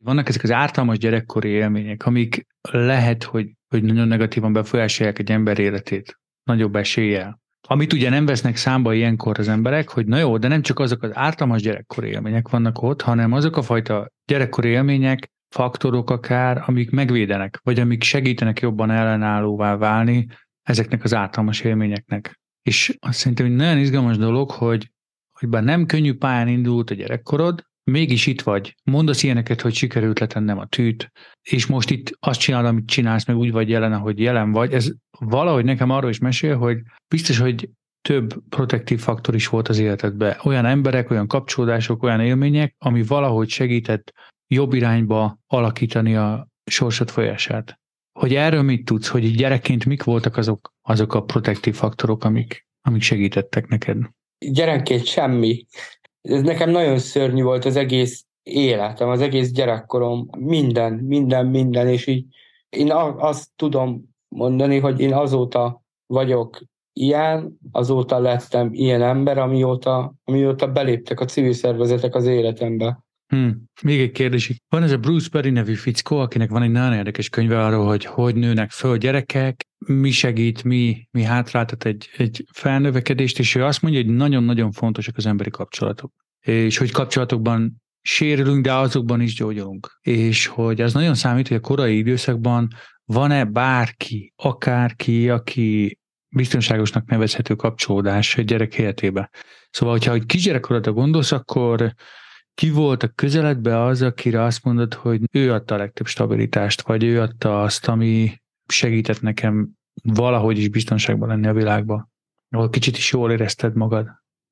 vannak ezek az ártalmas gyerekkori élmények, amik lehet, hogy nagyon negatívan befolyásolják egy ember életét, nagyobb eséllyel. Amit ugye nem vesznek számba ilyenkor az emberek, hogy na jó, de nem csak azok az ártalmas gyerekkori élmények vannak ott, hanem azok a fajta gyerekkori élmények, faktorok akár, amik megvédenek, vagy amik segítenek jobban ellenállóvá válni ezeknek az ártalmas élményeknek. És azt szerintem egy nagyon izgalmas dolog, hogy bár nem könnyű pályán indult a gyerekkorod, mégis itt vagy. Mondasz ilyeneket, hogy sikerült letennem a tűt, és most itt azt csinálod, amit csinálsz, meg úgy vagy jelen, ahogy jelen vagy. Ez valahogy nekem arról is mesél, hogy biztos, hogy több protektív faktor is volt az életedben. Olyan emberek, olyan kapcsolódások, olyan élmények, ami valahogy segített jobb irányba alakítani a sorsod folyását. Hogy erről mit tudsz, hogy gyerekként mik voltak azok a protektív faktorok, amik segítettek neked? Gyerekként semmi. Ez nekem nagyon szörnyű volt az egész életem, az egész gyerekkorom, minden, és így én azt tudom mondani, hogy én azóta vagyok ilyen, azóta lettem ilyen ember, amióta beléptek a civil szervezetek az életembe. Még egy kérdés. Van ez a Bruce Perry nevű fickó, akinek van egy nagyon érdekes könyve arról, hogy nőnek föl gyerekek, mi segít, mi hátráltat egy felnövekedést, és ő azt mondja, hogy nagyon-nagyon fontosak az emberi kapcsolatok. És hogy kapcsolatokban sérülünk, de azokban is gyógyulunk. És hogy az nagyon számít, hogy a korai időszakban van-e bárki, akárki, aki biztonságosnak nevezhető kapcsolódás egy gyerek életébe. Szóval, hogyha egy kisgyerekkorodra gondolsz, akkor ki volt a közeledben az, akire azt mondod, hogy ő adta a legtöbb stabilitást, vagy ő adta azt, ami segített nekem valahogy is biztonságban lenni a világban? Ahol kicsit is jól érezted magad?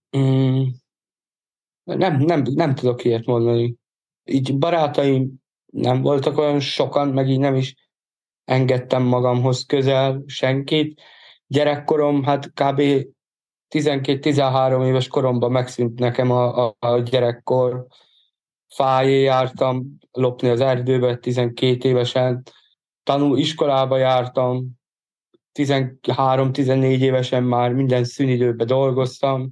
Nem tudok ilyet mondani. Így barátaim nem voltak olyan sokan, meg így nem is engedtem magamhoz közel senkit. Gyerekkorom, hát kb. 12-13 éves koromban megszűnt nekem a gyerekkor. Fájé jártam lopni az erdőbe 12 évesen, iskolába jártam, 13-14 évesen már minden szünidőben dolgoztam.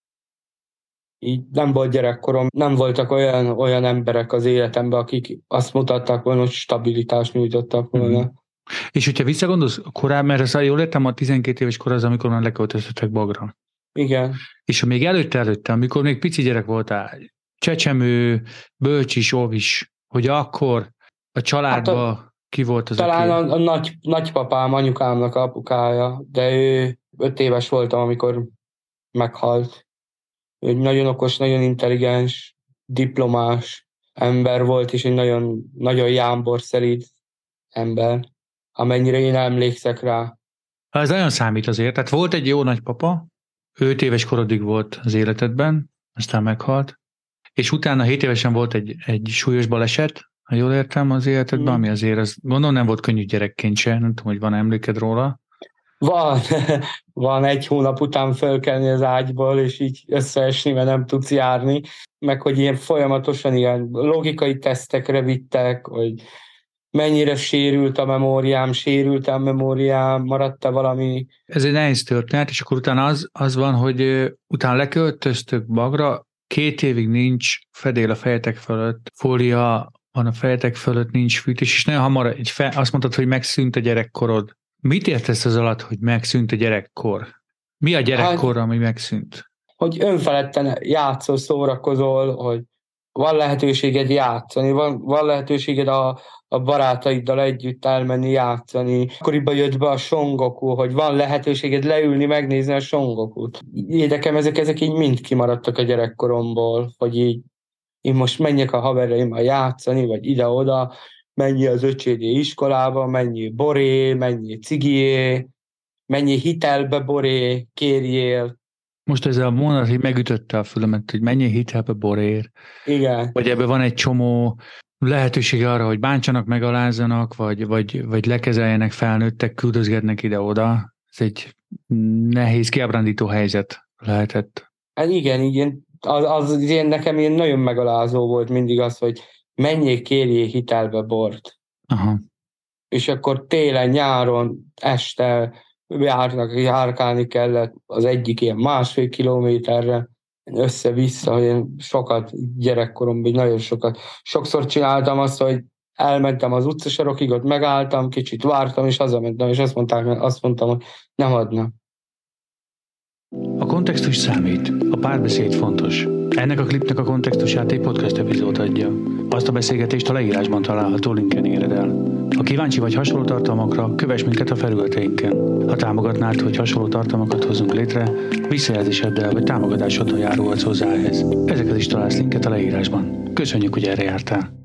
Így nem volt gyerekkorom, nem voltak olyan emberek az életemben, akik azt mutatták volna, hogy stabilitást nyújtottak volna. Mm-hmm. És hogyha visszagondolsz korábban, mert azt jól értem, a 12 éves kor az, amikor már leköltöztetek Bagra. Igen. És még előtte, amikor még pici gyerek voltál, csecsemő, bölcsis, óvis, hogy akkor a családban ki volt az, talán a nagypapám, anyukámnak apukája, de ő 5 éves voltam, amikor meghalt. Ő nagyon okos, nagyon intelligens, diplomás ember volt, és egy nagyon, nagyon jámborszelíd ember, amennyire én emlékszek rá. Ez nagyon számít azért. Tehát volt egy jó nagypapa, 5 éves korodig volt az életedben, aztán meghalt, és utána 7 évesen volt egy súlyos baleset, ha jól értem, az életedben, ami azért, az, gondolom nem volt könnyű gyerekként se, nem tudom, hogy van emléked róla. Van 1 hónap után fölkelni az ágyból, és így összeesni, mert nem tudsz járni, meg hogy ilyen folyamatosan ilyen logikai tesztekre vittek, hogy mennyire sérült a memóriám, maradt-e valami. Ez egy nehéz történet, és akkor utána az van, hogy utána leköltöztök Bagra, 2 évig nincs fedél a fejetek fölött, fólia van a fejetek fölött, nincs fűtés, és nagyon hamar azt mondtad, hogy megszűnt a gyerekkorod. Mit értesz az alatt, hogy megszűnt a gyerekkor? Mi a gyerekkor, ami megszűnt? Hogy önfeledten játszol, szórakozol, hogy van lehetőséged játszani, van lehetőséged a barátaiddal együtt elmenni játszani. Akkoriban jött be a Son Goku, hogy van lehetőséged leülni, megnézni a Son Gokut. Nekem ezek így mind kimaradtak a gyerekkoromból, hogy így én most menjek a haverjaimmal játszani, vagy ide-oda, mennyi az öcsédé iskolába, mennyi boré, mennyi cigié, mennyi hitelbe boré kérjél. Most ez a mondat, hogy megütötte a fülemet, hogy mennyi hitelbe borér. Igen. Vagy ebben van egy csomó lehetősége arra, hogy bántsanak, megalázzanak, vagy lekezeljenek felnőttek, küldözgetnek ide-oda. Ez egy nehéz, kiábrándító helyzet lehetett. Hát igen. Az ilyen, nekem ilyen nagyon megalázó volt mindig az, hogy menjél kérjél hitelbe bort. Aha. És akkor télen, nyáron, este járkálni kellett az egyik ilyen 1,5 kilométerre, össze-vissza, hogy én sokat gyerekkoromban, nagyon sokszor csináltam azt, hogy elmentem az utcasarokig, ott megálltam, kicsit vártam, és hazamentem, és azt mondtam, hogy nem adnak. A kontextus számít, a párbeszéd fontos. Ennek a klipnek a kontextusát egy podcast epizód adja. Azt a beszélgetést a leírásban található linken éred el. Ha kíváncsi vagy hasonló tartalmakra, kövess minket a felületeinken. Ha támogatnád, hogy hasonló tartalmakat hozzunk létre, visszajelzéseddel vagy támogatásoddal járulhatsz hozzá ehhez. Ezeket is találsz linket a leírásban. Köszönjük, hogy erre jártál!